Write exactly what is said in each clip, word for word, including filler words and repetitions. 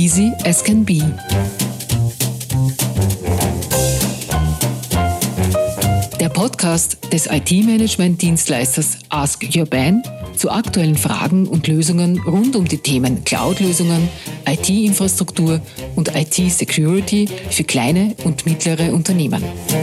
easy as can be. Der Podcast des I T-Management-Dienstleisters Ask Your Ben zu aktuellen Fragen und Lösungen rund um die Themen Cloud-Lösungen, I T-Infrastruktur und I T-Security für kleine und mittlere Unternehmen.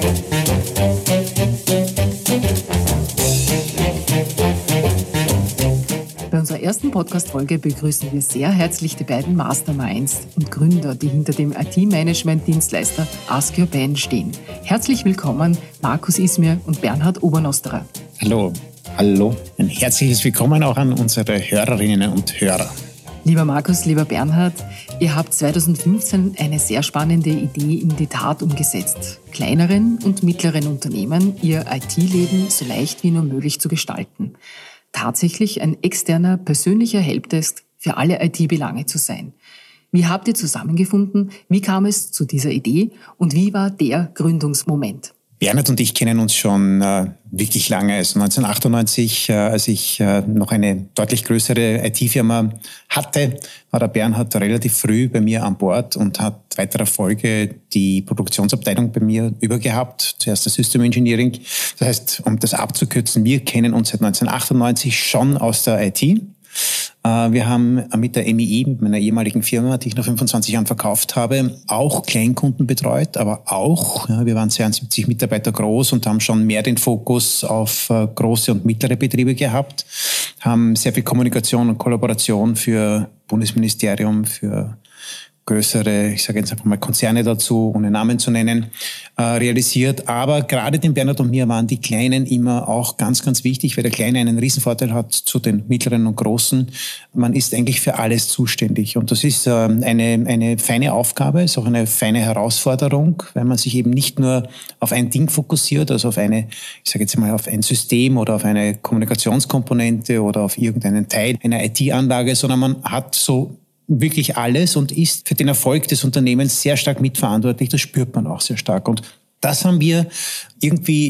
Bei unserer ersten Podcast-Folge begrüßen wir sehr herzlich die beiden Masterminds und Gründer, die hinter dem I T-Management-Dienstleister Ask Your Ben stehen. Herzlich willkommen, Markus Ismir und Bernhard Obernosterer. Hallo. Hallo. Ein herzliches Willkommen auch an unsere Hörerinnen und Hörer. Lieber Markus, lieber Bernhard, ihr habt zweitausendfünfzehn eine sehr spannende Idee in die Tat umgesetzt. Kleineren und mittleren Unternehmen ihr I T-Leben so leicht wie nur möglich zu gestalten. Tatsächlich ein externer, persönlicher Helpdesk für alle I T-Belange zu sein. Wie habt ihr zusammengefunden? Wie kam es zu dieser Idee? Und wie war der Gründungsmoment? Bernhard und ich kennen uns schon äh, wirklich lange. Also neunzehnhundertachtundneunzig, äh, als ich äh, noch eine deutlich größere I T-Firma hatte, war der Bernhard relativ früh bei mir an Bord und hat weiterer Folge die Produktionsabteilung bei mir übergehabt. Zuerst das System Engineering. Das heißt, um das abzukürzen, wir kennen uns seit neunzehnhundertachtundneunzig schon aus der I T. Wir haben mit der M I I, mit meiner ehemaligen Firma, die ich nach fünfundzwanzig Jahren verkauft habe, auch Kleinkunden betreut, aber auch, ja, wir waren zweiundsiebzig Mitarbeiter groß und haben schon mehr den Fokus auf große und mittlere Betriebe gehabt, haben sehr viel Kommunikation und Kollaboration für Bundesministerium, für größere, ich sage jetzt einfach mal Konzerne dazu, ohne Namen zu nennen, äh, realisiert. Aber gerade dem Bernhard und mir waren die Kleinen immer auch ganz, ganz wichtig, weil der Kleine einen Riesenvorteil hat zu den Mittleren und Großen. Man ist eigentlich für alles zuständig. Und das ist äh, eine, eine feine Aufgabe, ist auch eine feine Herausforderung, weil man sich eben nicht nur auf ein Ding fokussiert, also auf eine, ich sage jetzt mal, auf ein System oder auf eine Kommunikationskomponente oder auf irgendeinen Teil einer I T-Anlage, sondern man hat so wirklich alles und ist für den Erfolg des Unternehmens sehr stark mitverantwortlich. Das spürt man auch sehr stark. Und das haben wir irgendwie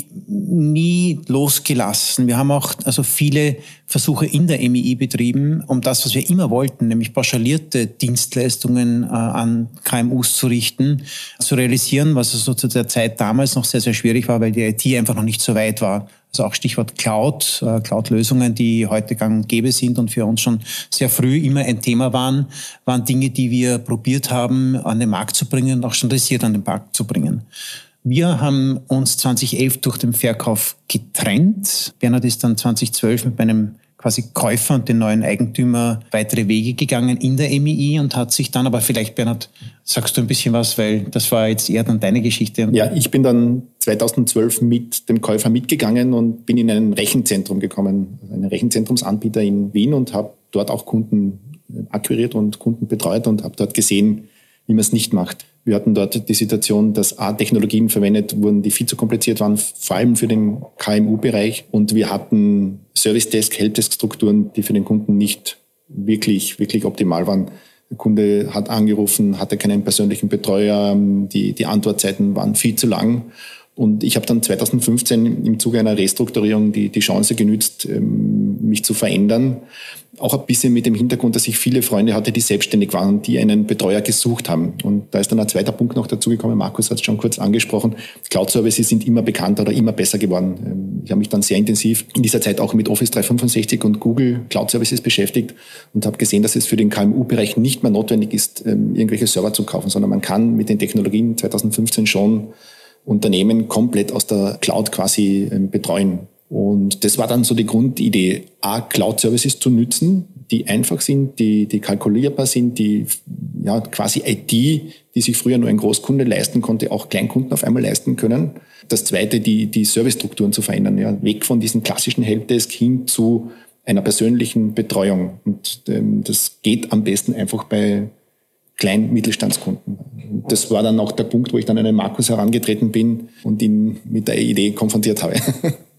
nie losgelassen. Wir haben auch also viele Versuche in der M I I betrieben, um das, was wir immer wollten, nämlich pauschalierte Dienstleistungen äh, an K M Us zu richten, zu realisieren, was also zu der Zeit damals noch sehr, sehr schwierig war, weil die I T einfach noch nicht so weit war. Also auch Stichwort Cloud, äh, Cloud-Lösungen, die heute gang und gäbe sind und für uns schon sehr früh immer ein Thema waren, waren Dinge, die wir probiert haben, an den Markt zu bringen und auch standardisiert an den Markt zu bringen. Wir haben uns zweitausendelf durch den Verkauf getrennt. Bernhard ist dann zweitausendzwölf mit meinem quasi Käufer und den neuen Eigentümer weitere Wege gegangen in der M I I und hat sich dann, aber vielleicht, Bernhard, sagst du ein bisschen was, weil das war jetzt eher dann deine Geschichte. Ja, ich bin dann zweitausendzwölf mit dem Käufer mitgegangen und bin in ein Rechenzentrum gekommen, einen Rechenzentrumsanbieter in Wien und habe dort auch Kunden akquiriert und Kunden betreut und habe dort gesehen, wie man es nicht macht. Wir hatten dort die Situation, dass A, Technologien verwendet wurden, die viel zu kompliziert waren, vor allem für den K M U-Bereich. Und wir hatten Service-Desk, Helpdesk-Strukturen, die für den Kunden nicht wirklich, wirklich optimal waren. Der Kunde hat angerufen, hatte keinen persönlichen Betreuer, die, die Antwortzeiten waren viel zu lang. Und ich habe dann zweitausendfünfzehn im Zuge einer Restrukturierung die, die Chance genützt, mich zu verändern. Auch ein bisschen mit dem Hintergrund, dass ich viele Freunde hatte, die selbstständig waren, die einen Betreuer gesucht haben. Und da ist dann ein zweiter Punkt noch dazugekommen. Markus hat es schon kurz angesprochen. Cloud-Services sind immer bekannter oder immer besser geworden. Ich habe mich dann sehr intensiv in dieser Zeit auch mit Office dreihundertfünfundsechzig und Google Cloud-Services beschäftigt und habe gesehen, dass es für den K M U-Bereich nicht mehr notwendig ist, irgendwelche Server zu kaufen, sondern man kann mit den Technologien zweitausendfünfzehn schon Unternehmen komplett aus der Cloud quasi betreuen. Und das war dann so die Grundidee, A, Cloud-Services zu nützen, die einfach sind, die, die kalkulierbar sind, die ja quasi I T, die sich früher nur ein Großkunde leisten konnte, auch Kleinkunden auf einmal leisten können. Das Zweite, die, die Servicestrukturen zu verändern, ja, weg von diesem klassischen Helpdesk hin zu einer persönlichen Betreuung. Und ähm, das geht am besten einfach bei kleinen Mittelstandskunden. Das war dann auch der Punkt, wo ich dann an den Markus herangetreten bin und ihn mit der Idee konfrontiert habe.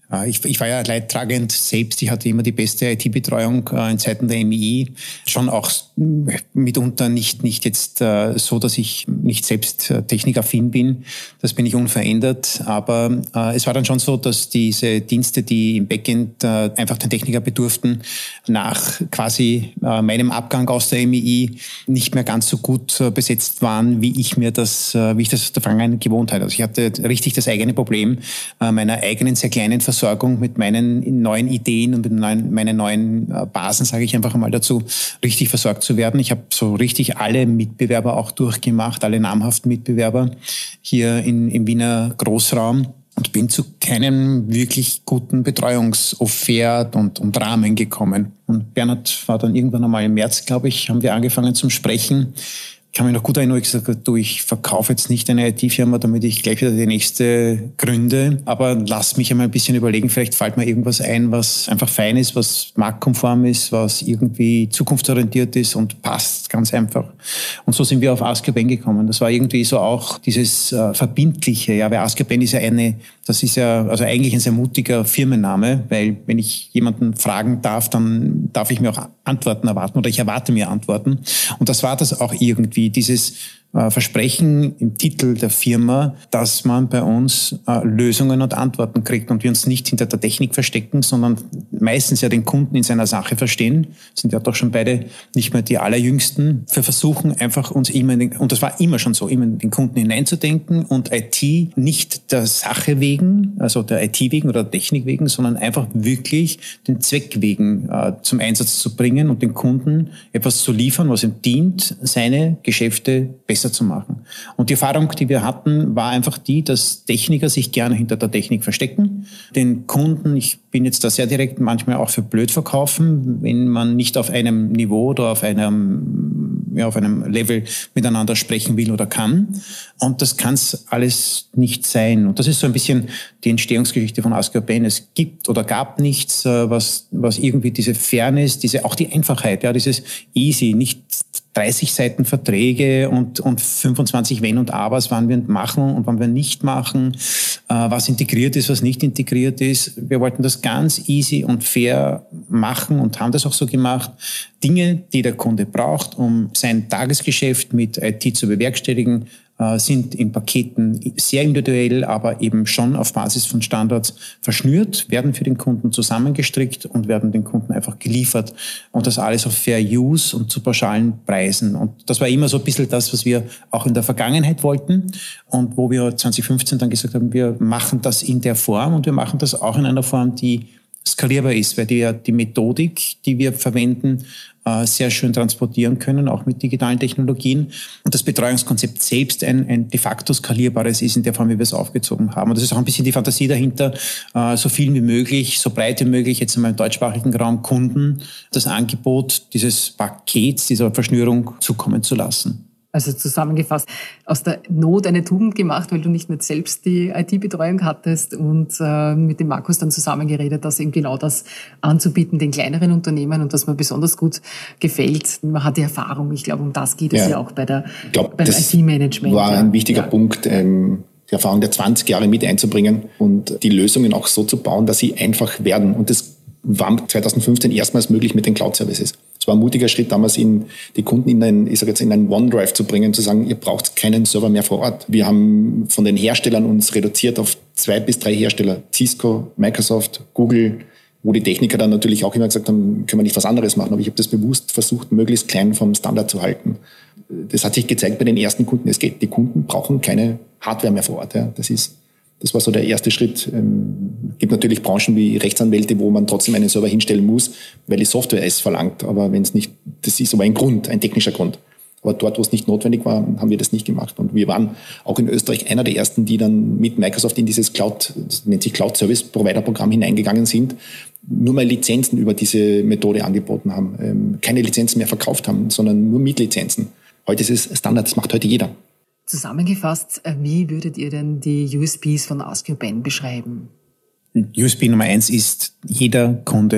Ich, ich war ja leidtragend selbst. Ich hatte immer die beste I T-Betreuung äh, in Zeiten der M I I. Schon auch mitunter nicht, nicht jetzt äh, so, dass ich nicht selbst äh, technikaffin bin. Das bin ich unverändert. Aber äh, es war dann schon so, dass diese Dienste, die im Backend äh, einfach den Techniker bedurften, nach quasi äh, meinem Abgang aus der M I I nicht mehr ganz so gut äh, besetzt waren, wie ich mir das, äh, wie ich das aus der Vergangenheit gewohnt hatte. Also ich hatte richtig das eigene Problem äh, meiner eigenen sehr kleinen Versorgung mit meinen neuen Ideen und mit meinen, meinen neuen Basen, sage ich einfach mal dazu, richtig versorgt zu werden. Ich habe so richtig alle Mitbewerber auch durchgemacht, alle namhaften Mitbewerber hier in, im Wiener Großraum und bin zu keinem wirklich guten Betreuungsoffert und, und Rahmen gekommen. Und Bernhard war dann irgendwann einmal im März, glaube ich, haben wir angefangen zum Sprechen. Ich kann mich noch gut erinnern, ich gesagt habe, du, ich verkaufe jetzt nicht eine I T-Firma, damit ich gleich wieder die nächste gründe, aber lass mich einmal ein bisschen überlegen, vielleicht fällt mir irgendwas ein, was einfach fein ist, was marktkonform ist, was irgendwie zukunftsorientiert ist und passt, ganz einfach. Und so sind wir auf AskioBen gekommen. Das war irgendwie so auch dieses äh, Verbindliche, ja, weil AskioBen ist ja eine, das ist ja also eigentlich ein sehr mutiger Firmenname, weil wenn ich jemanden fragen darf, dann darf ich mir auch Antworten erwarten oder ich erwarte mir Antworten. Und das war das auch irgendwie, dieses äh, Versprechen im Titel der Firma, dass man bei uns äh, Lösungen und Antworten kriegt und wir uns nicht hinter der Technik verstecken, sondern meistens ja den Kunden in seiner Sache verstehen. Sind ja doch schon beide nicht mehr die allerjüngsten. Wir versuchen einfach uns immer, in den, und das war immer schon so, immer in den Kunden hineinzudenken und I T nicht der Sache wegen, also der I T wegen oder der Technik wegen, sondern einfach wirklich den Zweck wegen äh, zum Einsatz zu bringen und den Kunden etwas zu liefern, was ihm dient, seine Geschäfte besser zu machen. Und die Erfahrung, die wir hatten, war einfach die, dass Techniker sich gerne hinter der Technik verstecken. Den Kunden, ich bin jetzt da sehr direkt, manchmal auch für blöd verkaufen, wenn man nicht auf einem Niveau oder auf einem, ja, auf einem Level miteinander sprechen will oder kann. Und das kann es alles nicht sein. Und das ist so ein bisschen die Entstehungsgeschichte von AskioBen. Es gibt oder gab nichts, was, was irgendwie diese Fairness, diese, auch die Einfachheit, ja, dieses easy, nicht dreißig Seiten Verträge und, und fünfundzwanzig Wenn und Abers, wann wir machen und wann wir nicht machen, äh, was integriert ist, was nicht integriert ist. Wir wollten das ganz easy und fair machen und haben das auch so gemacht. Dinge, die der Kunde braucht, um sein Tagesgeschäft mit I T zu bewerkstelligen, sind in Paketen sehr individuell, aber eben schon auf Basis von Standards verschnürt, werden für den Kunden zusammengestrickt und werden den Kunden einfach geliefert. Und das alles auf Fair Use und zu pauschalen Preisen. Und das war immer so ein bisschen das, was wir auch in der Vergangenheit wollten und wo wir zwanzig fünfzehn dann gesagt haben, wir machen das in der Form und wir machen das auch in einer Form, die skalierbar ist, weil die, die Methodik, die wir verwenden, sehr schön transportieren können, auch mit digitalen Technologien. Und das Betreuungskonzept selbst ein, ein de facto skalierbares ist in der Form, wie wir es aufgezogen haben. Und das ist auch ein bisschen die Fantasie dahinter, so viel wie möglich, so breit wie möglich, jetzt in meinem deutschsprachigen Raum Kunden das Angebot dieses Pakets, dieser Verschnürung zukommen zu lassen. Also zusammengefasst, aus der Not eine Tugend gemacht, weil du nicht mehr selbst die I T-Betreuung hattest und äh, mit dem Markus dann zusammengeredet, das eben genau das anzubieten, den kleineren Unternehmen und was mir besonders gut gefällt. Man hat die Erfahrung, ich glaube, um das geht es ja, ja auch bei der, glaub, beim I T-Management. War ein ja. wichtiger ja. Punkt, ähm, die Erfahrung der zwanzig Jahre mit einzubringen und die Lösungen auch so zu bauen, dass sie einfach werden. Und das war zwanzig fünfzehn erstmals möglich mit den Cloud-Services. Es war ein mutiger Schritt damals, in die Kunden in einen, ich sage jetzt, in einen OneDrive zu bringen, zu sagen, ihr braucht keinen Server mehr vor Ort. Wir haben von den Herstellern uns reduziert auf zwei bis drei Hersteller. Cisco, Microsoft, Google, wo die Techniker dann natürlich auch immer gesagt haben, können wir nicht was anderes machen. Aber ich habe das bewusst versucht, möglichst klein vom Standard zu halten. Das hat sich gezeigt bei den ersten Kunden. Es geht. Die Kunden brauchen keine Hardware mehr vor Ort. Ja. Das ist Das war so der erste Schritt. Es ähm, gibt natürlich Branchen wie Rechtsanwälte, wo man trotzdem einen Server hinstellen muss, weil die Software es verlangt. Aber wenn es nicht, das ist aber ein Grund, ein technischer Grund. Aber dort, wo es nicht notwendig war, haben wir das nicht gemacht. Und wir waren auch in Österreich einer der ersten, die dann mit Microsoft in dieses Cloud, das nennt sich Cloud Service Provider Programm hineingegangen sind, nur mal Lizenzen über diese Methode angeboten haben, ähm, keine Lizenzen mehr verkauft haben, sondern nur Mietlizenzen. Heute ist es Standard, das macht heute jeder. Zusammengefasst, wie würdet ihr denn die U S Ps von AskioBen beschreiben? U S P Nummer eins ist, jeder Kunde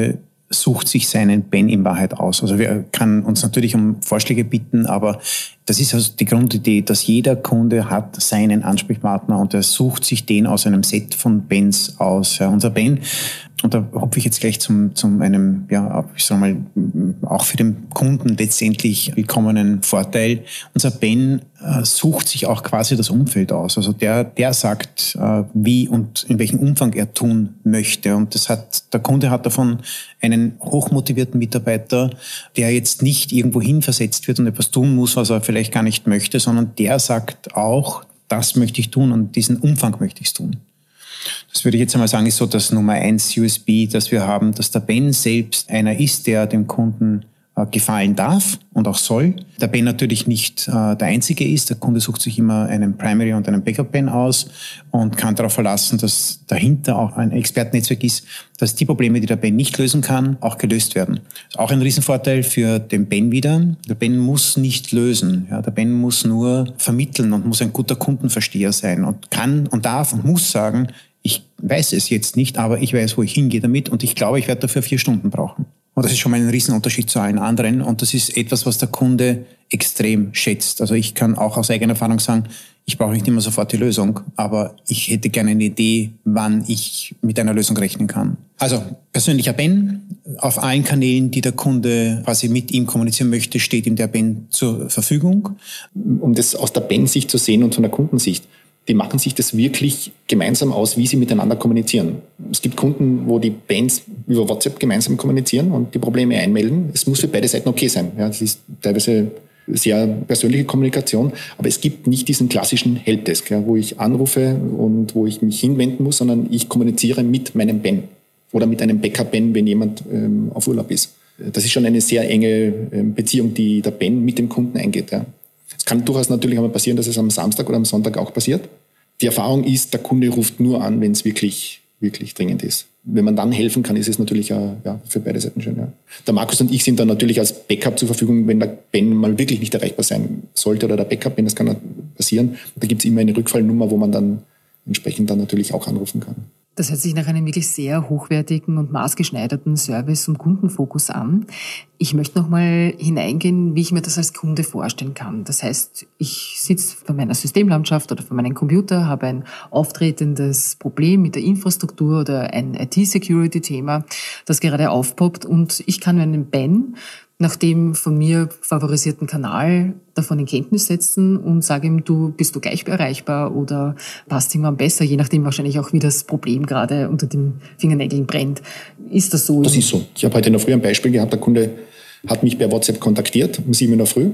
sucht sich seinen Ben in Wahrheit aus. Also wir kann uns natürlich um Vorschläge bitten, aber das ist also die Grundidee, dass jeder Kunde hat seinen Ansprechpartner und er sucht sich den aus einem Set von Bens aus. Ja, unser Ben, und da hopfe ich jetzt gleich zum, zum einem, ja, ich sag mal, auch für den Kunden letztendlich willkommenen Vorteil. Unser Ben äh, sucht sich auch quasi das Umfeld aus. Also der, der sagt, äh, wie und in welchem Umfang er tun möchte. Und das hat, der Kunde hat davon einen hochmotivierten Mitarbeiter, der jetzt nicht irgendwo hin versetzt wird und etwas tun muss, was er vielleicht gar nicht möchte, sondern der sagt auch, das möchte ich tun und diesen Umfang möchte ich tun. Das würde ich jetzt einmal sagen, ist so das Nummer eins U S B, das wir haben, dass der Ben selbst einer ist, der dem Kunden äh, gefallen darf und auch soll. Der Ben natürlich nicht äh, der einzige ist. Der Kunde sucht sich immer einen Primary und einen Backup-Ben aus und kann darauf verlassen, dass dahinter auch ein Expertennetzwerk ist, dass die Probleme, die der Ben nicht lösen kann, auch gelöst werden. Das ist auch ein Riesenvorteil für den Ben wieder. Der Ben muss nicht lösen. Ja, der Ben muss nur vermitteln und muss ein guter Kundenversteher sein und kann und darf und muss sagen, ich weiß es jetzt nicht, aber ich weiß, wo ich hingehe damit und ich glaube, ich werde dafür vier Stunden brauchen. Und das ist schon mal ein Riesenunterschied zu allen anderen und das ist etwas, was der Kunde extrem schätzt. Also ich kann auch aus eigener Erfahrung sagen, ich brauche nicht immer sofort die Lösung, aber ich hätte gerne eine Idee, wann ich mit einer Lösung rechnen kann. Also persönlicher Ben, auf allen Kanälen, die der Kunde quasi mit ihm kommunizieren möchte, steht ihm der Ben zur Verfügung. Um das aus der Ben-Sicht zu sehen und von der Kundensicht, die machen sich das wirklich gemeinsam aus, wie sie miteinander kommunizieren. Es gibt Kunden, wo die Bens über WhatsApp gemeinsam kommunizieren und die Probleme einmelden. Es muss für beide Seiten okay sein. Ja, das ist teilweise sehr persönliche Kommunikation, aber es gibt nicht diesen klassischen Helpdesk, ja, wo ich anrufe und wo ich mich hinwenden muss, sondern ich kommuniziere mit meinem Ben oder mit einem Backup-Ben, wenn jemand ähm, auf Urlaub ist. Das ist schon eine sehr enge ähm, Beziehung, die der Ben mit dem Kunden eingeht. Ja. Es kann durchaus natürlich einmal passieren, dass es am Samstag oder am Sonntag auch passiert. Die Erfahrung ist, der Kunde ruft nur an, wenn es wirklich, wirklich dringend ist. Wenn man dann helfen kann, ist es natürlich ja, ja, für beide Seiten schön. Ja. Der Markus und ich sind dann natürlich als Backup zur Verfügung, wenn der Ben mal wirklich nicht erreichbar sein sollte oder der Backup, wenn das kann passieren. Da gibt es immer eine Rückfallnummer, wo man dann entsprechend dann natürlich auch anrufen kann. Das hört sich nach einem wirklich sehr hochwertigen und maßgeschneiderten Service- und Kundenfokus an. Ich möchte noch mal hineingehen, wie ich mir das als Kunde vorstellen kann. Das heißt, ich sitze vor meiner Systemlandschaft oder vor meinem Computer, habe ein auftretendes Problem mit der Infrastruktur oder ein I T-Security-Thema, das gerade aufpoppt und ich kann meinen Ben nach dem von mir favorisierten Kanal davon in Kenntnis setzen und sage ihm, du bist du gleich erreichbar oder passt irgendwann besser, je nachdem wahrscheinlich auch, wie das Problem gerade unter den Fingernägeln brennt. Ist das so? Das ist so. Ich habe heute in der Früh ein Beispiel gehabt, der Kunde hat mich per WhatsApp kontaktiert um sieben in der Früh.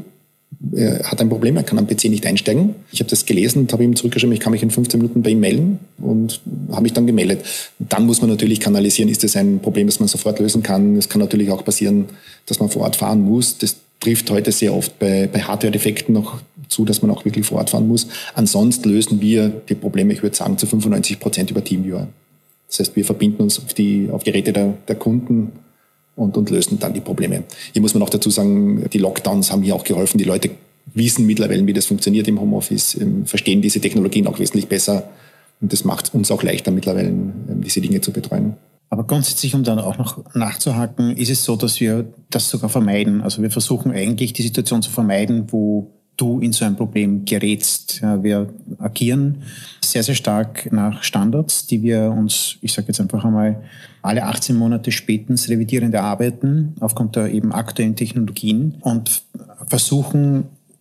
Er hat ein Problem, er kann am P C nicht einsteigen. Ich habe das gelesen und habe ihm zurückgeschrieben, ich kann mich in fünfzehn Minuten bei ihm melden und habe mich dann gemeldet. Dann muss man natürlich kanalisieren, ist das ein Problem, das man sofort lösen kann. Es kann natürlich auch passieren, dass man vor Ort fahren muss. Das trifft heute sehr oft bei, bei Hardware-Defekten noch zu, dass man auch wirklich vor Ort fahren muss. Ansonsten lösen wir die Probleme, ich würde sagen, zu fünfundneunzig Prozent über TeamViewer. Das heißt, wir verbinden uns auf die auf Geräte der, der Kunden Und, und lösen dann die Probleme. Hier muss man auch dazu sagen, die Lockdowns haben hier auch geholfen. Die Leute wissen mittlerweile, wie das funktioniert im Homeoffice, verstehen diese Technologien auch wesentlich besser. Und das macht uns auch leichter, mittlerweile diese Dinge zu betreuen. Aber grundsätzlich, um dann auch noch nachzuhaken, ist es so, dass wir das sogar vermeiden. Also wir versuchen eigentlich die Situation zu vermeiden, wo du in so ein Problem gerätst. Wir agieren sehr, sehr stark nach Standards, die wir uns, ich sage jetzt einfach einmal, alle achtzehn Monate spätestens revidieren, erarbeiten, aufgrund der eben aktuellen Technologien und versuchen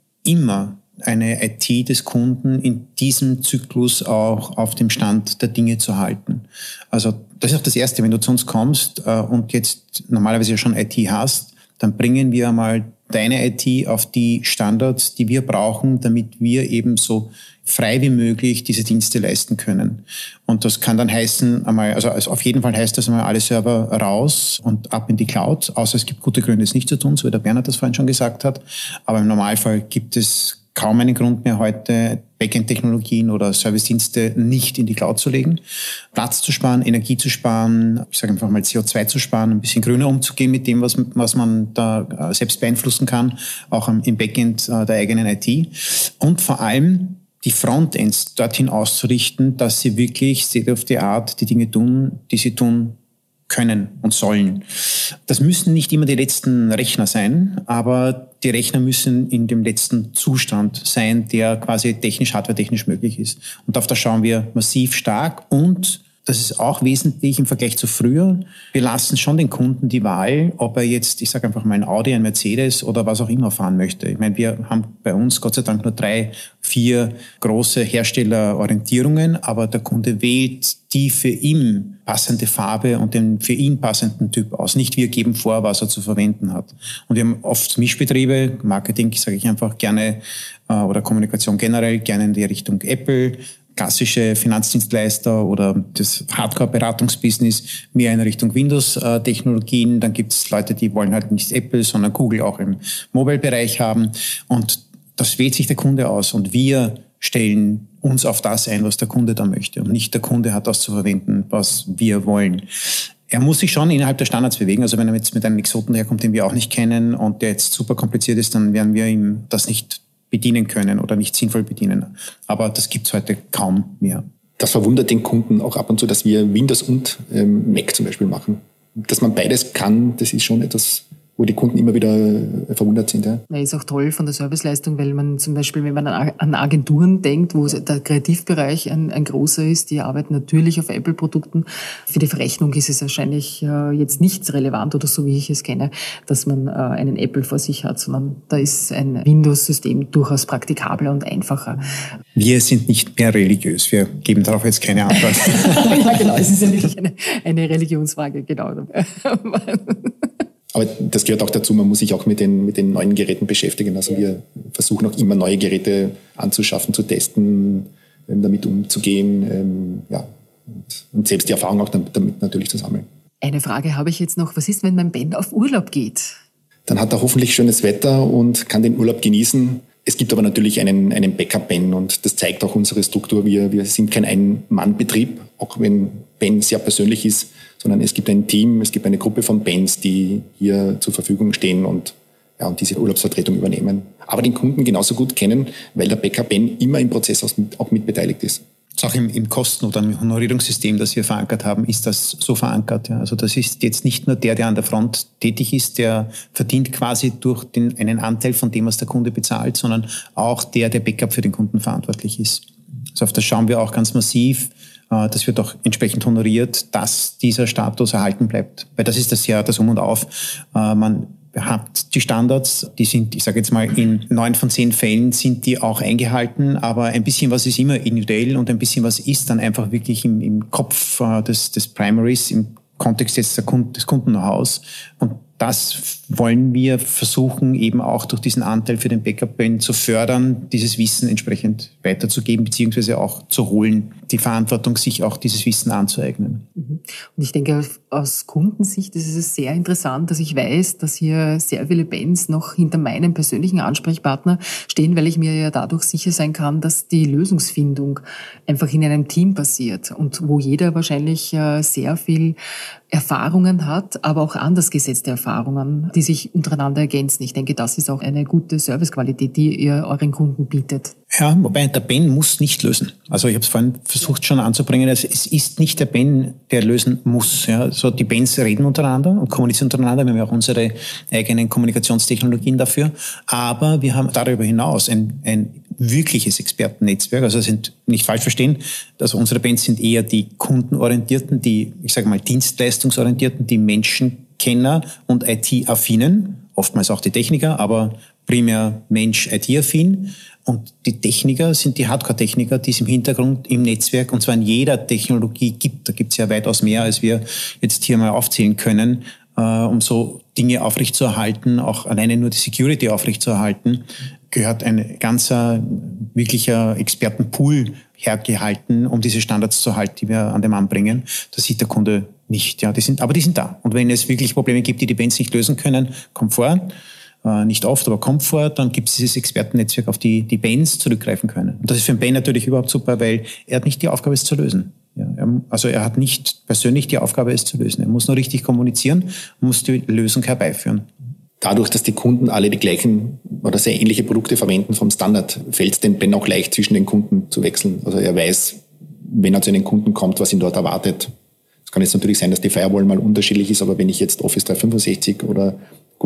immer eine I T des Kunden in diesem Zyklus auch auf dem Stand der Dinge zu halten. Also das ist auch das Erste, wenn du zu uns kommst und jetzt normalerweise ja schon I T hast, dann bringen wir einmal deine I T auf die Standards, die wir brauchen, damit wir eben so frei wie möglich diese Dienste leisten können. Und das kann dann heißen, einmal, also auf jeden Fall heißt das einmal alle Server raus und ab in die Cloud, außer es gibt gute Gründe, es nicht zu tun, so wie der Bernhard das vorhin schon gesagt hat. Aber im Normalfall gibt es kaum einen Grund mehr heute, Backend-Technologien oder Servicedienste nicht in die Cloud zu legen, Platz zu sparen, Energie zu sparen, ich sage einfach mal C O zwei zu sparen, ein bisschen grüner umzugehen mit dem, was, was man da selbst beeinflussen kann, auch im Backend der eigenen I T. Und vor allem die Frontends dorthin auszurichten, dass sie wirklich state of the art die Dinge tun, die sie tun können und sollen. Das müssen nicht immer die letzten Rechner sein, aber die Rechner müssen in dem letzten Zustand sein, der quasi technisch, hardwaretechnisch möglich ist. Und auf das schauen wir massiv stark und das ist auch wesentlich im Vergleich zu früher. Wir lassen schon den Kunden die Wahl, ob er jetzt, ich sage einfach mal ein Audi, ein Mercedes oder was auch immer fahren möchte. Ich meine, wir haben bei uns Gott sei Dank nur drei, vier große Herstellerorientierungen, aber der Kunde wählt die für ihn passende Farbe und den für ihn passenden Typ aus. Nicht wir geben vor, was er zu verwenden hat. Und wir haben oft Mischbetriebe, Marketing sage ich einfach gerne, oder Kommunikation generell, gerne in die Richtung Apple, klassische Finanzdienstleister oder das Hardcore-Beratungsbusiness mehr in Richtung Windows-Technologien. Dann gibt es Leute, die wollen halt nicht Apple, sondern Google auch im Mobile-Bereich haben. Und das wählt sich der Kunde aus. Und wir stellen uns auf das ein, was der Kunde da möchte. Und nicht der Kunde hat das zu verwenden, was wir wollen. Er muss sich schon innerhalb der Standards bewegen. Also wenn er jetzt mit einem Exoten herkommt, den wir auch nicht kennen und der jetzt super kompliziert ist, dann werden wir ihm das nicht bedienen können oder nicht sinnvoll bedienen. Aber das gibt es heute kaum mehr. Das verwundert den Kunden auch ab und zu, dass wir Windows und ähm, Mac zum Beispiel machen. Dass man beides kann, das ist schon etwas, wo die Kunden immer wieder verwundert sind. Ja. Ja, ist auch toll von der Serviceleistung, weil man zum Beispiel, wenn man an Agenturen denkt, wo der Kreativbereich ein, ein großer ist, die arbeiten natürlich auf Apple-Produkten. Für die Verrechnung ist es wahrscheinlich äh, jetzt nicht relevant oder so, wie ich es kenne, dass man äh, einen Apple vor sich hat, sondern da ist ein Windows-System durchaus praktikabler und einfacher. Wir sind nicht mehr religiös. Wir geben darauf jetzt keine Antwort. Ja, genau. Es ist ja wirklich eine, eine Religionsfrage, genau. Aber das gehört auch dazu, man muss sich auch mit den, mit den neuen Geräten beschäftigen. Also wir versuchen auch immer neue Geräte anzuschaffen, zu testen, damit umzugehen, ja, und, und selbst die Erfahrung auch damit natürlich zu sammeln. Eine Frage habe ich jetzt noch. Was ist, wenn mein Ben auf Urlaub geht? Dann hat er hoffentlich schönes Wetter und kann den Urlaub genießen. Es gibt aber natürlich einen, einen Backup-Ben und das zeigt auch unsere Struktur. Wir, wir sind kein Ein-Mann-Betrieb, auch wenn Ben sehr persönlich ist, sondern es gibt ein Team, es gibt eine Gruppe von Bens, die hier zur Verfügung stehen und, ja, und diese Urlaubsvertretung übernehmen. Aber den Kunden genauso gut kennen, weil der Backup-Ben immer im Prozess auch mit beteiligt ist. Auch im, im Kosten- oder im Honorierungssystem, das wir verankert haben, ist das so verankert. Ja. Also das ist jetzt nicht nur der, der an der Front tätig ist, der verdient quasi durch den, einen Anteil von dem, was der Kunde bezahlt, sondern auch der, der Backup für den Kunden verantwortlich ist. Also auf das schauen wir auch ganz massiv. Das wird auch entsprechend honoriert, dass dieser Status erhalten bleibt. Weil das ist das ja das Um und Auf. Man hat die Standards, die sind, ich sage jetzt mal, in neun von zehn Fällen sind die auch eingehalten, aber ein bisschen was ist immer individuell und ein bisschen was ist dann einfach wirklich im, im Kopf des, des Primaries, im Kontext jetzt der Kunden, des Kunden-Know-hows. Und das wollen wir versuchen, eben auch durch diesen Anteil für den Backup-Ben zu fördern, dieses Wissen entsprechend weiterzugeben, beziehungsweise auch zu holen, die Verantwortung, sich auch dieses Wissen anzueignen. Und ich denke, aus Kundensicht ist es sehr interessant, dass ich weiß, dass hier sehr viele Bens noch hinter meinem persönlichen Ansprechpartner stehen, weil ich mir ja dadurch sicher sein kann, dass die Lösungsfindung einfach in einem Team passiert und wo jeder wahrscheinlich sehr viel Erfahrungen hat, aber auch anders gesetzte Erfahrungen, die sich untereinander ergänzen. Ich denke, das ist auch eine gute Servicequalität, die ihr euren Kunden bietet. Ja, wobei der Ben muss nicht lösen. Also ich habe es vorhin versucht schon anzubringen, also es ist nicht der Ben, der lösen muss. Ja, also die Bens reden untereinander und kommunizieren untereinander. Wir haben ja auch unsere eigenen Kommunikationstechnologien dafür. Aber wir haben darüber hinaus ein, ein wirkliches Expertennetzwerk. Also sind nicht falsch verstehen. Also unsere Bens sind eher die kundenorientierten, die, ich sage mal, dienstleistungsorientierten, die Menschenkenner und I T-affinen. Oftmals auch die Techniker, aber primär Mensch-I T-affin. Und die Techniker sind die Hardcore-Techniker, die es im Hintergrund im Netzwerk, und zwar in jeder Technologie gibt. Da gibt es ja weitaus mehr, als wir jetzt hier mal aufzählen können, äh, um so Dinge aufrechtzuerhalten, auch alleine nur die Security aufrechtzuerhalten, gehört ein ganzer, wirklicher Expertenpool hergehalten, um diese Standards zu halten, die wir an den Mann bringen. Das sieht der Kunde nicht. Ja, die sind, aber die sind da. Und wenn es wirklich Probleme gibt, die die Bens nicht lösen können, kommt vor. Nicht oft, aber kommt vor, dann gibt es dieses Expertennetzwerk, auf die die Bens zurückgreifen können. Und das ist für einen Ben natürlich überhaupt super, weil er hat nicht die Aufgabe, es zu lösen. Ja, er, also er hat nicht persönlich die Aufgabe, es zu lösen. Er muss nur richtig kommunizieren und muss die Lösung herbeiführen. Dadurch, dass die Kunden alle die gleichen oder sehr ähnliche Produkte verwenden vom Standard, fällt es dem Ben auch leicht, zwischen den Kunden zu wechseln. Also er weiß, wenn er zu einem Kunden kommt, was ihn dort erwartet. Es Kann jetzt natürlich sein, dass die Firewall mal unterschiedlich ist, aber wenn ich jetzt Office dreihundertfünfundsechzig oder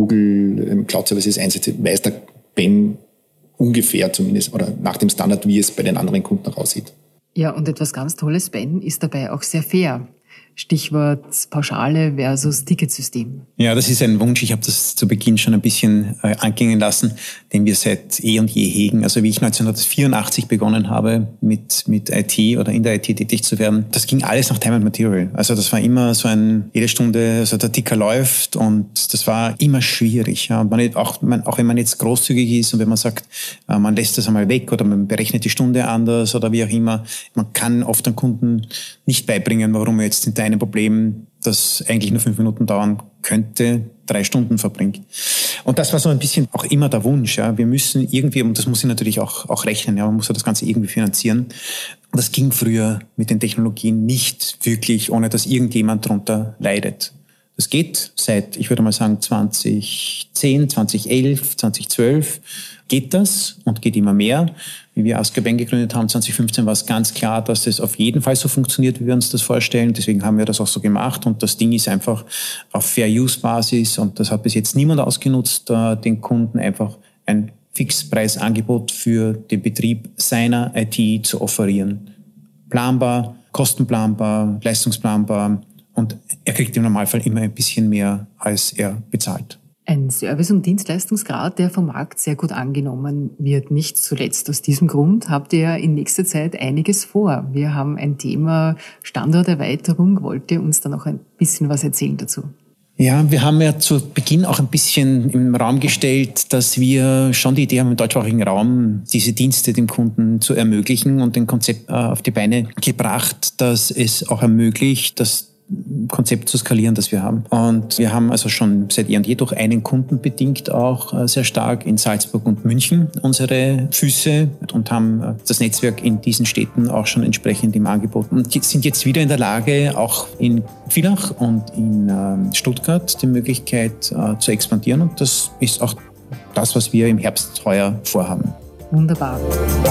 Google Cloud Services einsetze, weiß der Ben ungefähr zumindest oder nach dem Standard, wie es bei den anderen Kunden auch aussieht. Ja, und etwas ganz Tolles, Ben, ist dabei auch sehr fair. Stichwort Pauschale versus Ticketsystem. Ja, das ist ein Wunsch. Ich habe das zu Beginn schon ein bisschen äh, anklingen lassen, den wir seit eh und je hegen. Also wie ich neunzehnhundertvierundachtzig begonnen habe, mit, mit I T oder in der I T tätig zu werden, das ging alles nach Time and Material. Also das war immer so ein, jede Stunde, also der Ticker läuft und das war immer schwierig. Ja. Und man, auch, man, auch wenn man jetzt großzügig ist und wenn man sagt, äh, man lässt das einmal weg oder man berechnet die Stunde anders oder wie auch immer, man kann oft den Kunden nicht beibringen, warum er jetzt in einem Problem, das eigentlich nur fünf Minuten dauern könnte, drei Stunden verbringt. Und das war so ein bisschen auch immer der Wunsch. Ja. Wir müssen irgendwie, und das muss ich natürlich auch, auch rechnen, ja, man muss ja das Ganze irgendwie finanzieren. Und das ging früher mit den Technologien nicht wirklich, ohne dass irgendjemand darunter leidet. Das geht seit, ich würde mal sagen, zwanzig zehn, zwanzig elf, zwanzig zwölf geht das und geht immer mehr. Wie wir Ask-a-Ben gegründet haben, zwanzig fünfzehn, war es ganz klar, dass das auf jeden Fall so funktioniert, wie wir uns das vorstellen. Deswegen haben wir das auch so gemacht. Und das Ding ist einfach auf Fair-Use-Basis. Und das hat bis jetzt niemand ausgenutzt, den Kunden einfach ein Fixpreisangebot für den Betrieb seiner I T zu offerieren. Planbar, kostenplanbar, leistungsplanbar. Und er kriegt im Normalfall immer ein bisschen mehr, als er bezahlt. Ein Service- und Dienstleistungsgrad, der vom Markt sehr gut angenommen wird. Nicht zuletzt aus diesem Grund habt ihr in nächster Zeit einiges vor. Wir haben ein Thema Standorterweiterung. Wollt ihr uns da noch ein bisschen was erzählen dazu? Ja, wir haben ja zu Beginn auch ein bisschen im Raum gestellt, dass wir schon die Idee haben, im deutschsprachigen Raum diese Dienste dem Kunden zu ermöglichen und ein Konzept auf die Beine gebracht, dass es auch ermöglicht, dass Konzept zu skalieren, das wir haben. Und wir haben also schon seit eh und je durch einen Kunden bedingt auch sehr stark in Salzburg und München unsere Füße und haben das Netzwerk in diesen Städten auch schon entsprechend im Angebot. Und sind jetzt wieder in der Lage, auch in Villach und in Stuttgart die Möglichkeit zu expandieren. Und das ist auch das, was wir im Herbst heuer vorhaben. Wunderbar.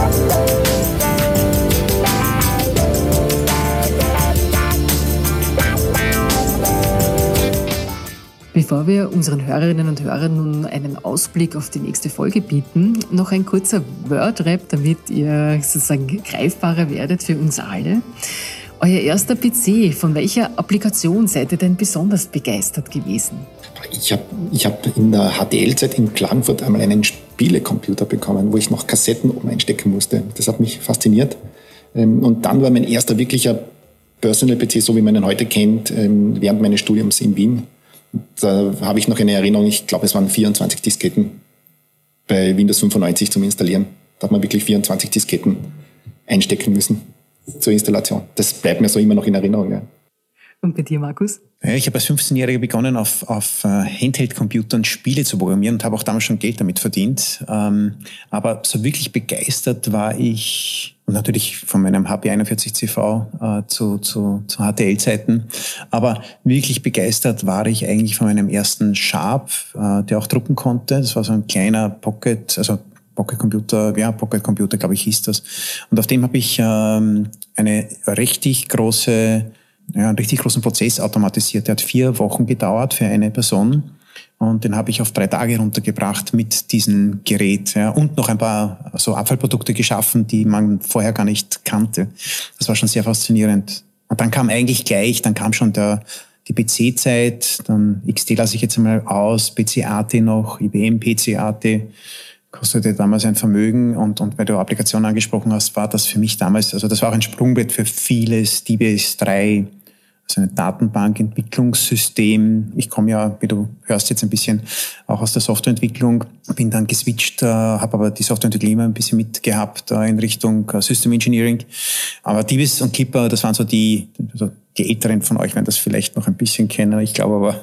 Bevor wir unseren Hörerinnen und Hörern nun einen Ausblick auf die nächste Folge bieten, noch ein kurzer Word-Rap, damit ihr sozusagen greifbarer werdet für uns alle. Euer erster P C, von welcher Applikation seid ihr denn besonders begeistert gewesen? Ich habe ich hab in der H T L-Zeit in Klagenfurt einmal einen Spielecomputer bekommen, wo ich noch Kassetten oben einstecken musste. Das hat mich fasziniert. Und dann war mein erster wirklicher Personal-P C, so wie man ihn heute kennt, während meines Studiums in Wien. Da habe ich noch eine Erinnerung, ich glaube, es waren vierundzwanzig Disketten bei Windows fünfundneunzig zum Installieren. Da hat man wirklich vierundzwanzig Disketten einstecken müssen zur Installation. Das bleibt mir so immer noch in Erinnerung. Ja. Und bei dir, Markus? Ja, ich habe als fünfzehnjähriger begonnen, auf, auf Handheld-Computern Spiele zu programmieren und habe auch damals schon Geld damit verdient. Ähm, aber so wirklich begeistert war ich, und natürlich von meinem H P einundvierzig C V äh, zu, zu, zu H T L-Zeiten, aber wirklich begeistert war ich eigentlich von meinem ersten Sharp, äh, der auch drucken konnte. Das war so ein kleiner Pocket, also Pocket-Computer, ja, Pocket-Computer, glaube ich, hieß das. Und auf dem habe ich ähm, eine richtig große Ja, einen richtig großen Prozess automatisiert. Der hat vier Wochen gedauert für eine Person und den habe ich auf drei Tage runtergebracht mit diesem Gerät. Ja, und noch ein paar so Abfallprodukte geschaffen, die man vorher gar nicht kannte. Das war schon sehr faszinierend. Und dann kam eigentlich gleich, dann kam schon der, die P C-Zeit, dann X T lasse ich jetzt einmal aus, P C A T noch, I B M P C A T, kostete damals ein Vermögen und, und weil du Applikationen angesprochen hast, war das für mich damals, also das war auch ein Sprungbrett für vieles, D B S drei, also ein Datenbank-Entwicklungssystem. Ich komme ja, wie du hörst, jetzt ein bisschen auch aus der Softwareentwicklung, bin dann geswitcht, äh, habe aber die Softwareentwicklung immer ein bisschen mitgehabt äh, in Richtung äh, System Engineering. Aber D B S und Kipper, das waren so die, also die Älteren von euch werden das vielleicht noch ein bisschen kennen. Ich glaube aber,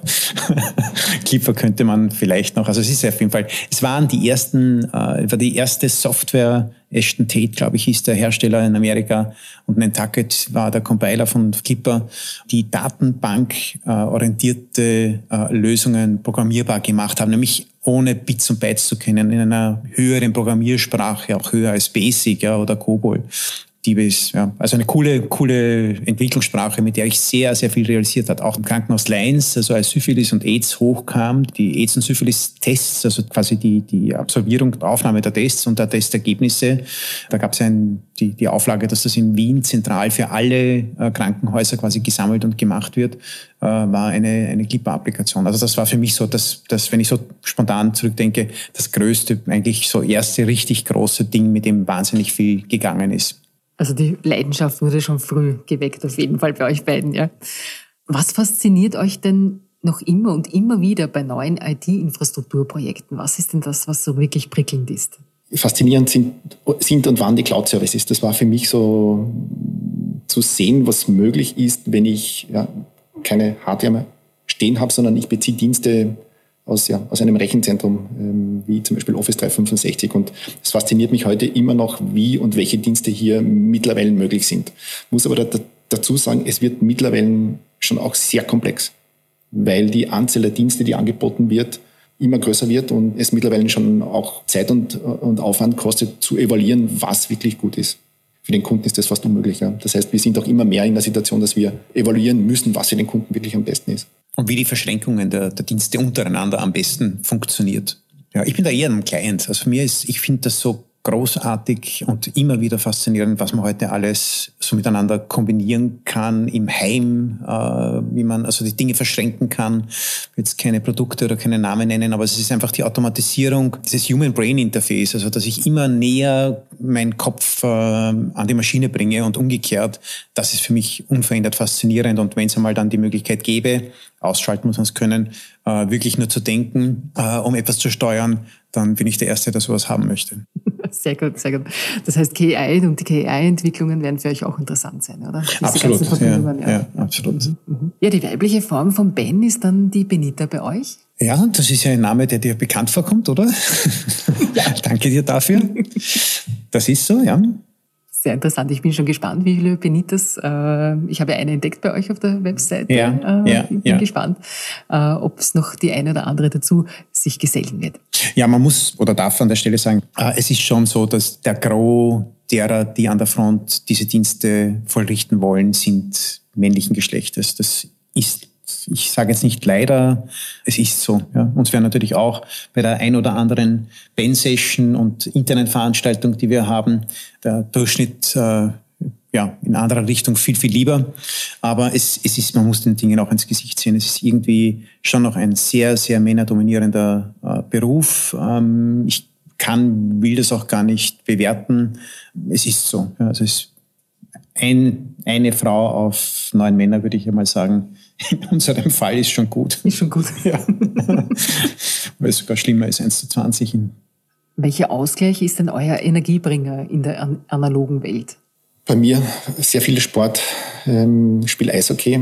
Kipper könnte man vielleicht noch, also es ist auf jeden Fall, es waren die ersten, äh, war die erste Software, Ashton Tate, glaube ich, hieß der Hersteller in Amerika, und Nantucket war der Compiler von Kipper, die datenbankorientierte äh, Lösungen programmierbar gemacht haben, nämlich ohne Bits und Bytes zu kennen, in einer höheren Programmiersprache, auch höher als Basic, ja, oder COBOL. Diebes. Ja. Also eine coole, coole Entwicklungssprache, mit der ich sehr, sehr viel realisiert habe. Auch im Krankenhaus Leins, also als Syphilis und AIDS hochkam, die AIDS- und Syphilis-Tests, also quasi die, die Absolvierung und Aufnahme der Tests und der Testergebnisse. Da gab es ein, die, die Auflage, dass das in Wien zentral für alle äh, Krankenhäuser quasi gesammelt und gemacht wird, äh, war eine, eine Clipper-Applikation. Also das war für mich so, dass, dass, wenn ich so spontan zurückdenke, das größte, eigentlich so erste richtig große Ding, mit dem wahnsinnig viel gegangen ist. Also die Leidenschaft wurde schon früh geweckt, auf jeden Fall bei euch beiden, ja. Was fasziniert euch denn noch immer und immer wieder bei neuen I T-Infrastrukturprojekten? Was ist denn das, was so wirklich prickelnd ist? Faszinierend sind, sind und waren die Cloud-Services. Das war für mich so zu sehen, was möglich ist, wenn ich ja, keine Hardware mehr stehen habe, sondern ich beziehe Dienste aus, ja, aus einem Rechenzentrum, ähm, wie zum Beispiel Office dreihundertfünfundsechzig. Und es fasziniert mich heute immer noch, wie und welche Dienste hier mittlerweile möglich sind. Ich muss aber da, dazu sagen, es wird mittlerweile schon auch sehr komplex, weil die Anzahl der Dienste, die angeboten wird, immer größer wird und es mittlerweile schon auch Zeit und, und Aufwand kostet, zu evaluieren, was wirklich gut ist. Für den Kunden ist das fast unmöglich. Ja. Das heißt, wir sind auch immer mehr in der Situation, dass wir evaluieren müssen, was für den Kunden wirklich am besten ist. Und wie die Verschränkungen der, der Dienste untereinander am besten funktioniert. Ja, ich bin da eher ein Client. Also für mich ist, ich finde das so großartig und immer wieder faszinierend, was man heute alles so miteinander kombinieren kann im Heim, äh, wie man also die Dinge verschränken kann. Ich will jetzt keine Produkte oder keine Namen nennen, aber es ist einfach die Automatisierung, dieses Human-Brain-Interface, also dass ich immer näher meinen Kopf äh, an die Maschine bringe und umgekehrt. Das ist für mich unverändert faszinierend und wenn es einmal dann die Möglichkeit gäbe, ausschalten muss man es können, äh, wirklich nur zu denken, äh, um etwas zu steuern, dann bin ich der Erste, der sowas haben möchte. Sehr gut, sehr gut. Das heißt, K I und die K I-Entwicklungen werden für euch auch interessant sein, oder? Diese absolut, ja, ja. ja, absolut. Mhm. Ja, die weibliche Form von Ben ist dann die Benita bei euch? Ja, das ist ja ein Name, der dir bekannt vorkommt, oder? Ja, danke dir dafür. Das ist so, ja. Sehr interessant. Ich bin schon gespannt, wie viele Benitas, äh, ich habe eine entdeckt bei euch auf der Webseite. Ja, äh, ja, ich bin ja. gespannt, äh, ob es noch die eine oder andere dazu sich gesellen wird. Ja, man muss oder darf an der Stelle sagen, äh, es ist schon so, dass der Gros derer, die an der Front diese Dienste vollrichten wollen, sind männlichen Geschlechtes. Das ist, ich sage jetzt nicht leider, es ist so. Ja. Uns werden natürlich auch bei der ein oder anderen Ben-Session und Internetveranstaltung, die wir haben, der Durchschnitt äh, ja, in anderer Richtung viel, viel lieber. Aber es, es ist, man muss den Dingen auch ins Gesicht sehen. Es ist irgendwie schon noch ein sehr, sehr männerdominierender äh, Beruf. Ähm, ich kann, will das auch gar nicht bewerten. Es ist so. Ja, also es ist ein, eine Frau auf neun Männer, würde ich einmal sagen. In unserem Fall ist schon gut. Ist schon gut. Ja. Weil es sogar schlimmer ist, eins zu zwanzig. Welcher Ausgleich ist denn euer Energiebringer in der an- analogen Welt? Bei mir sehr viel Sport, ähm, ich spiele Eishockey,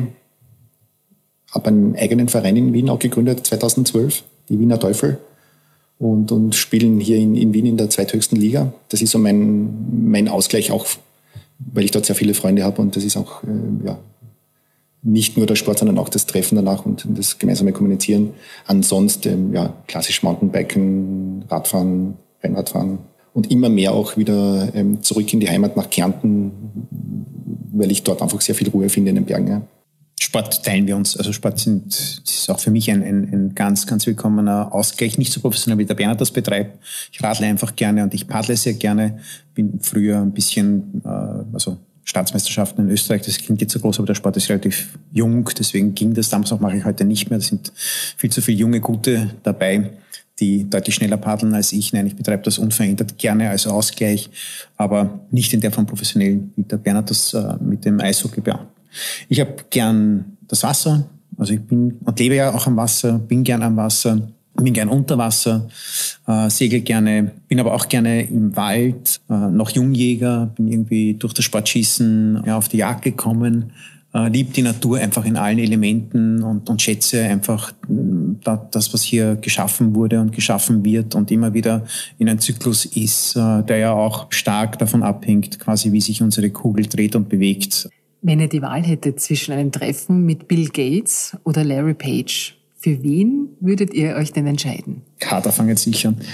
habe einen eigenen Verein in Wien auch gegründet, zweitausendzwölf, die Wiener Teufel, und, und spielen hier in, in Wien in der zweithöchsten Liga. Das ist so mein, mein Ausgleich auch, weil ich dort sehr viele Freunde habe und das ist auch äh, ja, nicht nur der Sport, sondern auch das Treffen danach und das gemeinsame Kommunizieren. Ansonsten ja, klassisch Mountainbiken, Radfahren, Rennradfahren. Und immer mehr auch wieder ähm, zurück in die Heimat nach Kärnten, weil ich dort einfach sehr viel Ruhe finde in den Bergen. Ja. Sport teilen wir uns. Also Sport sind, ist auch für mich ein, ein, ein ganz, ganz willkommener Ausgleich. Nicht so professionell wie der Bernhard das betreibt. Ich radle einfach gerne und ich paddle sehr gerne. Bin früher ein bisschen, äh, also Staatsmeisterschaften in Österreich, das klingt jetzt so groß, aber der Sport ist relativ jung. Deswegen ging das damals noch, mache ich heute nicht mehr. Da sind viel zu viele junge Gute dabei, die deutlich schneller paddeln als ich. Nein, ich betreibe das unverändert gerne als Ausgleich, aber nicht in der Form professionell, wie der Bernhard das äh, mit dem Eishockey beantwortet. Ich habe gern das Wasser, also ich bin und lebe ja auch am Wasser, bin gern am Wasser, bin gern unter Wasser, äh, segel gerne, bin aber auch gerne im Wald, äh, noch Jungjäger, bin irgendwie durch das Sportschießen ja, auf die Jagd gekommen. Äh, lieb die Natur einfach in allen Elementen und, und schätze einfach da, das, was hier geschaffen wurde und geschaffen wird und immer wieder in einem Zyklus ist, äh, der ja auch stark davon abhängt, quasi wie sich unsere Kugel dreht und bewegt. Wenn ihr die Wahl hättet zwischen einem Treffen mit Bill Gates oder Larry Page, für wen würdet ihr euch denn entscheiden? da fange jetzt ich an.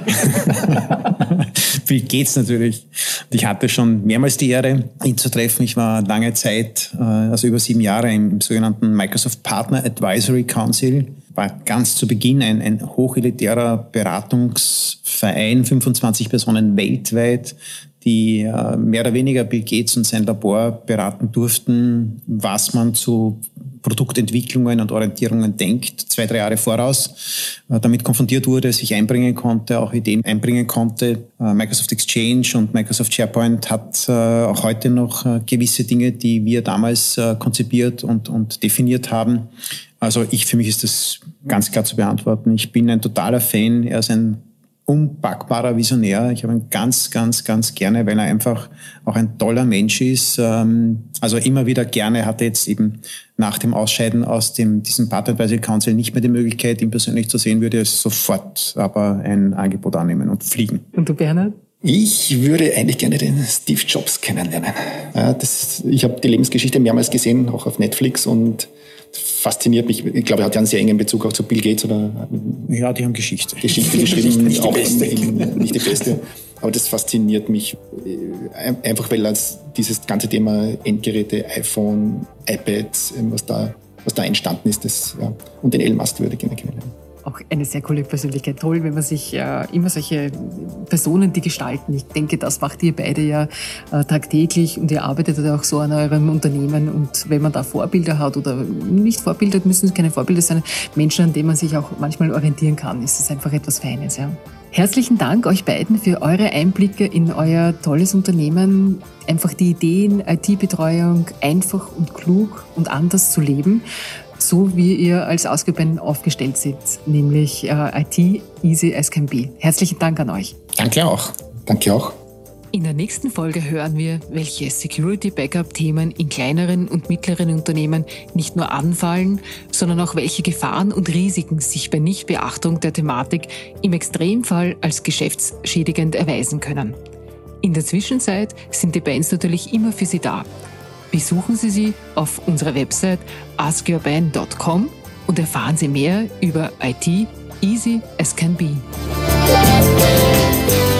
Bill Gates natürlich. Ich hatte schon mehrmals die Ehre, ihn zu treffen. Ich war lange Zeit, also über sieben Jahre im sogenannten Microsoft Partner Advisory Council. War ganz zu Beginn ein, ein hochelitärer Beratungsverein, fünfundzwanzig Personen weltweit, die äh, mehr oder weniger Bill Gates und sein Labor beraten durften, was man zu Produktentwicklungen und Orientierungen denkt, zwei, drei Jahre voraus, äh, damit konfrontiert wurde, sich einbringen konnte, auch Ideen einbringen konnte. Äh, Microsoft Exchange und Microsoft SharePoint hat äh, auch heute noch äh, gewisse Dinge, die wir damals äh, konzipiert und, und definiert haben. Also ich, für mich ist das ganz klar zu beantworten. Ich bin ein totaler Fan. Er ist ein unpackbarer Visionär. Ich habe ihn ganz, ganz, ganz gerne, weil er einfach auch ein toller Mensch ist. Also immer wieder gerne, hatte jetzt eben nach dem Ausscheiden aus dem, diesem Partner Advisory Council nicht mehr die Möglichkeit, ihn persönlich zu sehen, würde er sofort aber ein Angebot annehmen und fliegen. Und du, Bernhard? Ich würde eigentlich gerne den Steve Jobs kennenlernen. Das, ich habe die Lebensgeschichte mehrmals gesehen, auch auf Netflix, und fasziniert mich. Ich glaube, er hat ja einen sehr engen Bezug auch zu Bill Gates. Oder ja, die haben Geschichte. Geschichte geschrieben. Nicht die beste. In, in, nicht die beste. Aber das fasziniert mich einfach, weil als dieses ganze Thema Endgeräte, iPhone, iPads, was da, was da entstanden ist, das, ja. Und den Elon Musk würde ich gerne kennenlernen. Auch eine sehr coole Persönlichkeit. Toll, wenn man sich äh, immer solche Personen, die gestalten. Ich denke, das macht ihr beide ja äh, tagtäglich, und ihr arbeitet ja auch so an eurem Unternehmen. Und wenn man da Vorbilder hat oder nicht Vorbilder, müssen es keine Vorbilder sein, Menschen, an denen man sich auch manchmal orientieren kann, ist das einfach etwas Feines. Ja. Herzlichen Dank euch beiden für eure Einblicke in euer tolles Unternehmen. Einfach die Ideen, I T-Betreuung einfach und klug und anders zu leben, so wie ihr als Ausgebein aufgestellt seid, nämlich äh, I T easy as can be. Herzlichen Dank an euch. Danke auch. Danke auch. In der nächsten Folge hören wir, welche Security-Backup-Themen in kleineren und mittleren Unternehmen nicht nur anfallen, sondern auch welche Gefahren und Risiken sich bei Nichtbeachtung der Thematik im Extremfall als geschäftsschädigend erweisen können. In der Zwischenzeit sind die Bands natürlich immer für Sie da. Besuchen Sie sie auf unserer Website ask your ban dot com und erfahren Sie mehr über I T easy as can be.